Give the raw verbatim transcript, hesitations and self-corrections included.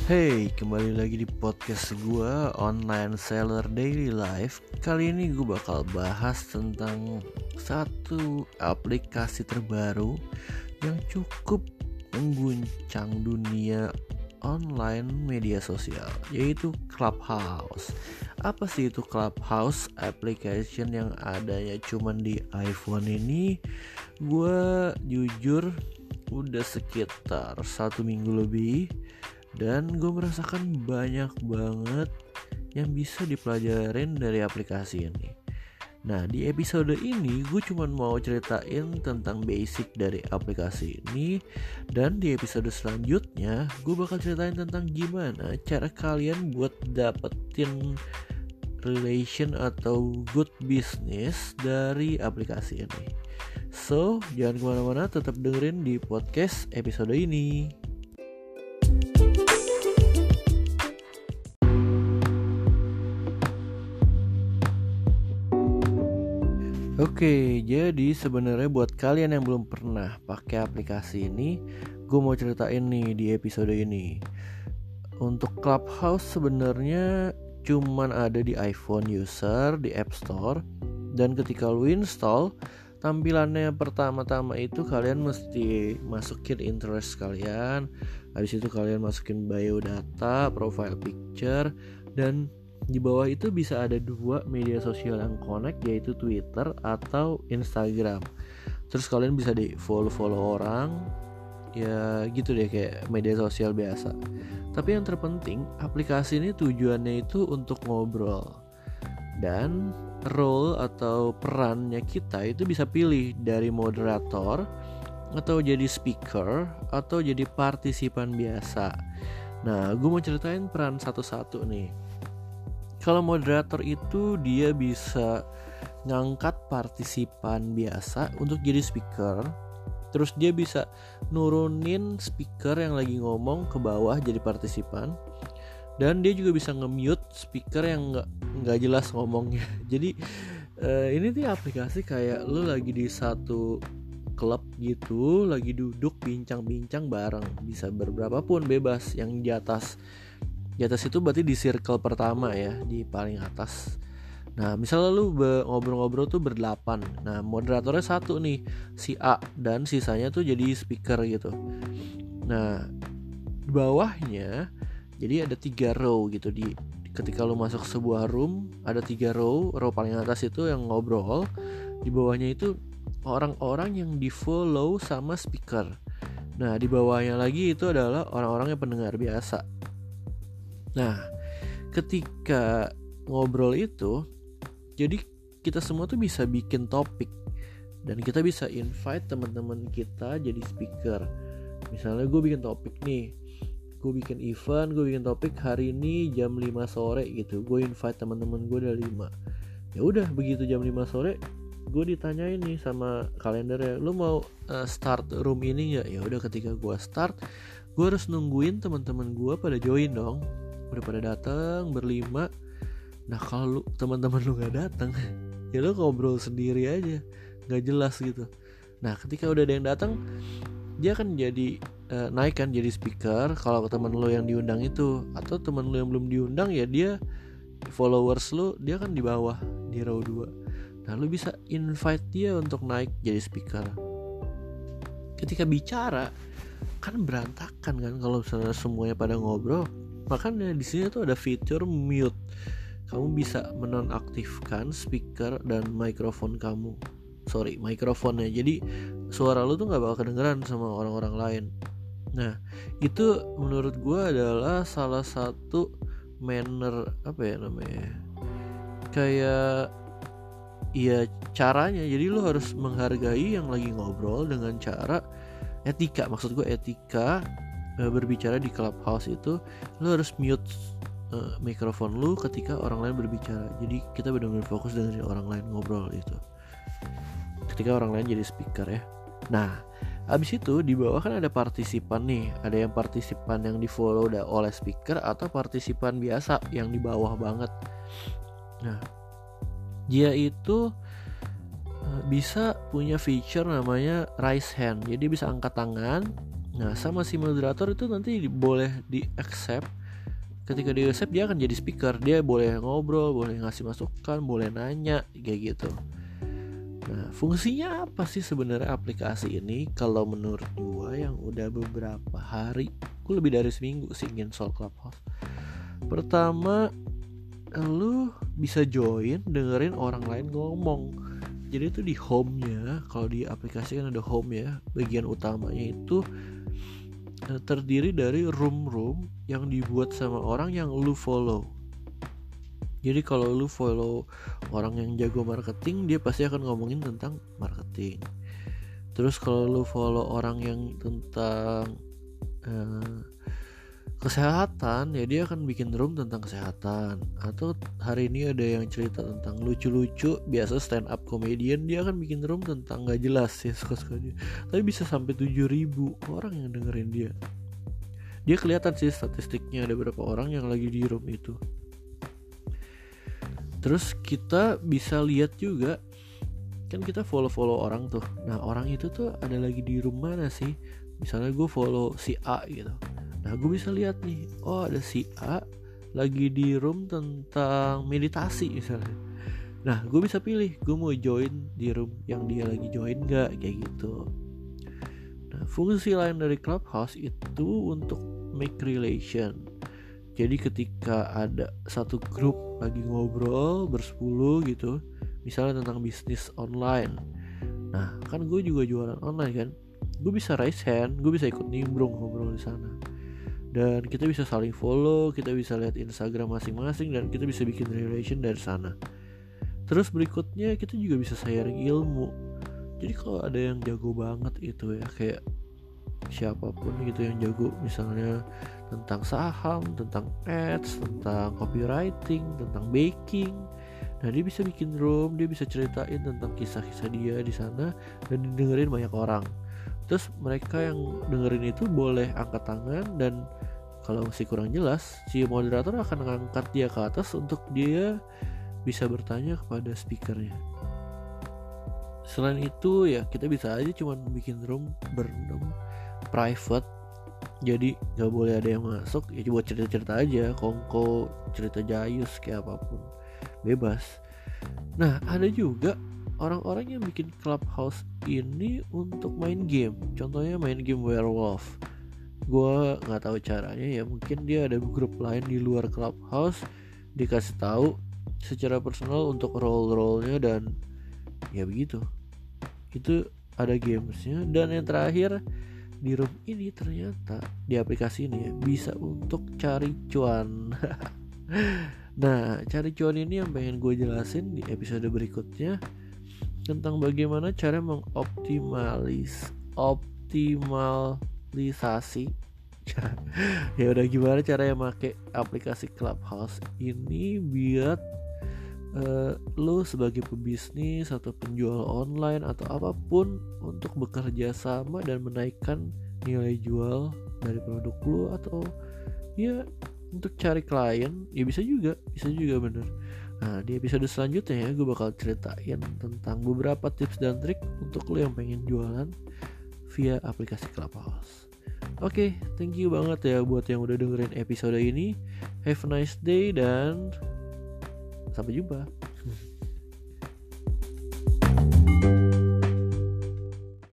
Hey, kembali lagi di podcast gue Online Seller Daily Life. Kali ini gue bakal bahas tentang satu aplikasi terbaru yang cukup mengguncang dunia online media sosial, yaitu Clubhouse. Apa sih itu Clubhouse? Application yang adanya cuman di iPhone ini. Gue jujur udah sekitar satu minggu lebih dan gue merasakan banyak banget yang bisa dipelajarin dari aplikasi ini. Nah, di episode ini gue cuma mau ceritain tentang basic dari aplikasi ini. Dan di episode selanjutnya gue bakal ceritain tentang gimana cara kalian buat dapetin relation atau good business dari aplikasi ini. So, jangan kemana-mana, tetap dengerin di podcast episode ini. Oke, jadi sebenarnya buat kalian yang belum pernah pakai aplikasi ini, gue mau ceritain nih di episode ini. Untuk Clubhouse sebenarnya cuman ada di iPhone user, di App Store. Dan ketika lu install, tampilannya pertama-tama itu kalian mesti masukin interest kalian. Habis itu kalian masukin biodata, profile picture, dan di bawah itu bisa ada dua media sosial yang connect, yaitu Twitter atau Instagram. Terus kalian bisa di follow-follow orang, ya gitu deh, kayak media sosial biasa. Tapi yang terpenting, aplikasi ini tujuannya itu untuk ngobrol. Dan role atau perannya kita itu bisa pilih dari moderator, atau jadi speaker, atau jadi partisipan biasa. Nah, gue mau ceritain peran satu-satu nih. Kalau moderator itu dia bisa ngangkat partisipan biasa untuk jadi speaker. Terus dia bisa nurunin speaker yang lagi ngomong ke bawah jadi partisipan. Dan dia juga bisa nge-mute speaker yang gak, gak jelas ngomongnya. Jadi uh, ini tuh aplikasi kayak lu lagi di satu klub gitu, lagi duduk bincang-bincang bareng. Bisa berberapa pun, bebas. Yang di atas Di atas itu berarti di circle pertama ya, di paling atas. Nah, misalnya lu be- ngobrol-ngobrol tuh berdelapan. Nah, moderatornya satu nih, si A, dan sisanya tuh jadi speaker gitu. Nah, di bawahnya jadi ada tiga row gitu. Di ketika lu masuk sebuah room, ada tiga row. Row paling atas itu yang ngobrol. Di bawahnya itu orang-orang yang di follow sama speaker. Nah, di bawahnya lagi itu adalah orang-orang yang pendengar biasa. Nah, ketika ngobrol itu, jadi kita semua tuh bisa bikin topik. Dan kita bisa invite teman-teman kita jadi speaker. Misalnya gue bikin topik nih, gue bikin event, gue bikin topik hari ini jam lima sore gitu. Gue invite teman-teman gue dari lima. Ya udah, begitu jam lima sore, gue ditanyain nih sama kalendernya, lu mau uh, start room ini nggak? Ya udah, ketika gue start, gue harus nungguin teman-teman gue pada join dong. Udah pada datang berlima. Nah, kalau lu, teman-teman lu nggak datang, ya lu ngobrol sendiri aja, nggak jelas gitu. Nah, ketika udah ada yang datang, dia akan jadi uh, naik kan jadi speaker. Kalau teman lu yang diundang itu, atau teman lu yang belum diundang, ya dia followers lu, dia kan di bawah di row dua. Nah, lu bisa invite dia untuk naik jadi speaker. Ketika bicara kan berantakan kan kalau misalnya semuanya pada ngobrol. Makanya di sini tuh ada fitur mute. Kamu bisa menonaktifkan speaker dan mikrofon kamu. Sorry, mikrofonnya. Jadi suara lu tuh nggak bakal kedengeran sama orang-orang lain. Nah, itu menurut gue adalah salah satu manner, apa ya namanya? Kayak ya caranya. Jadi lu harus menghargai yang lagi ngobrol dengan cara etika. Maksud gue etika berbicara di Clubhouse itu, lu harus mute uh, mikrofon lu ketika orang lain berbicara. Jadi kita benar-benar fokus dengerin orang lain ngobrol itu. Ketika orang lain jadi speaker ya. Nah, abis itu di bawah kan ada partisipan nih. Ada yang partisipan yang di follow oleh speaker, atau partisipan biasa yang di bawah banget. Nah, dia itu bisa punya feature namanya raise hand. Jadi bisa angkat tangan. Nah, sama si moderator itu nanti boleh di accept. Ketika di accept dia akan jadi speaker. Dia boleh ngobrol, boleh ngasih masukan, boleh nanya kayak gitu. Nah, fungsinya apa sih sebenarnya aplikasi ini? Kalau menurut gua yang udah beberapa hari, gua lebih dari seminggu sih install Clubhouse. Pertama, lu bisa join dengerin orang lain ngomong. Jadi itu di home-nya, kalau di aplikasi kan ada home ya, bagian utamanya itu terdiri dari room-room yang dibuat sama orang yang lu follow. Jadi kalau lu follow orang yang jago marketing, dia pasti akan ngomongin tentang marketing. Terus kalau lu follow orang yang tentang uh, kesehatan, ya dia akan bikin room tentang kesehatan. Atau hari ini ada yang cerita tentang lucu-lucu, biasa stand up comedian, dia akan bikin room tentang gak jelas ya, suka-suka dia. Tapi bisa sampai tujuh ribu orang yang dengerin dia. Dia kelihatan sih statistiknya, ada berapa orang yang lagi di room itu. Terus kita bisa lihat juga, kan kita follow-follow orang tuh. Nah, orang itu tuh ada lagi di room mana sih? Misalnya gue follow si A gitu. Nah, gue bisa lihat nih, oh ada si A lagi di room tentang meditasi misalnya. Nah, gue bisa pilih, gue mau join di room yang dia lagi join gak, kayak gitu. Nah, fungsi lain dari Clubhouse itu untuk make relation. Jadi ketika ada satu grup lagi ngobrol bersepuluh gitu, misalnya tentang bisnis online. Nah, kan gue juga jualan online kan. Gue bisa raise hand, gue bisa ikut nimbrung ngobrol di sana. Dan kita bisa saling follow, kita bisa lihat Instagram masing-masing, dan kita bisa bikin relation dari sana. Terus berikutnya kita juga bisa sharing ilmu. Jadi kalau ada yang jago banget itu ya, kayak siapapun gitu yang jago, misalnya tentang saham, tentang ads, tentang copywriting, tentang baking. Nah, dia bisa bikin room, dia bisa ceritain tentang kisah-kisah dia di sana dan didengerin banyak orang. Terus mereka yang dengerin itu boleh angkat tangan, dan kalau masih kurang jelas, si moderator akan mengangkat dia ke atas untuk dia bisa bertanya kepada speakernya. Selain itu ya kita bisa aja cuman bikin room berenam private, jadi gak boleh ada yang masuk, ya buat cerita-cerita aja, kongko, cerita jayus, kayak apapun, bebas. Nah, ada juga orang-orang yang bikin Clubhouse ini untuk main game. Contohnya main game Werewolf. Gue nggak tahu caranya ya, mungkin dia ada grup lain di luar Clubhouse, dikasih tahu secara personal untuk role-role-nya, dan ya begitu. Itu ada gamesnya. Dan yang terakhir, di room ini ternyata di aplikasi ini ya, bisa untuk cari cuan. Nah, cari cuan ini yang pengen gue jelasin di episode berikutnya, tentang bagaimana cara mengoptimalis optimalisasi ya udah gimana cara yang pakai aplikasi Clubhouse ini biar uh, lo sebagai pebisnis atau penjual online atau apapun untuk bekerja sama dan menaikkan nilai jual dari produk lo, atau ya untuk cari klien, ya bisa juga, bisa juga bener. Nah, di episode selanjutnya ya, gue bakal ceritain tentang beberapa tips dan trik untuk lo yang pengen jualan via aplikasi Clubhouse. Oke, okay, thank you banget ya buat yang udah dengerin episode ini. Have a nice day dan sampai jumpa.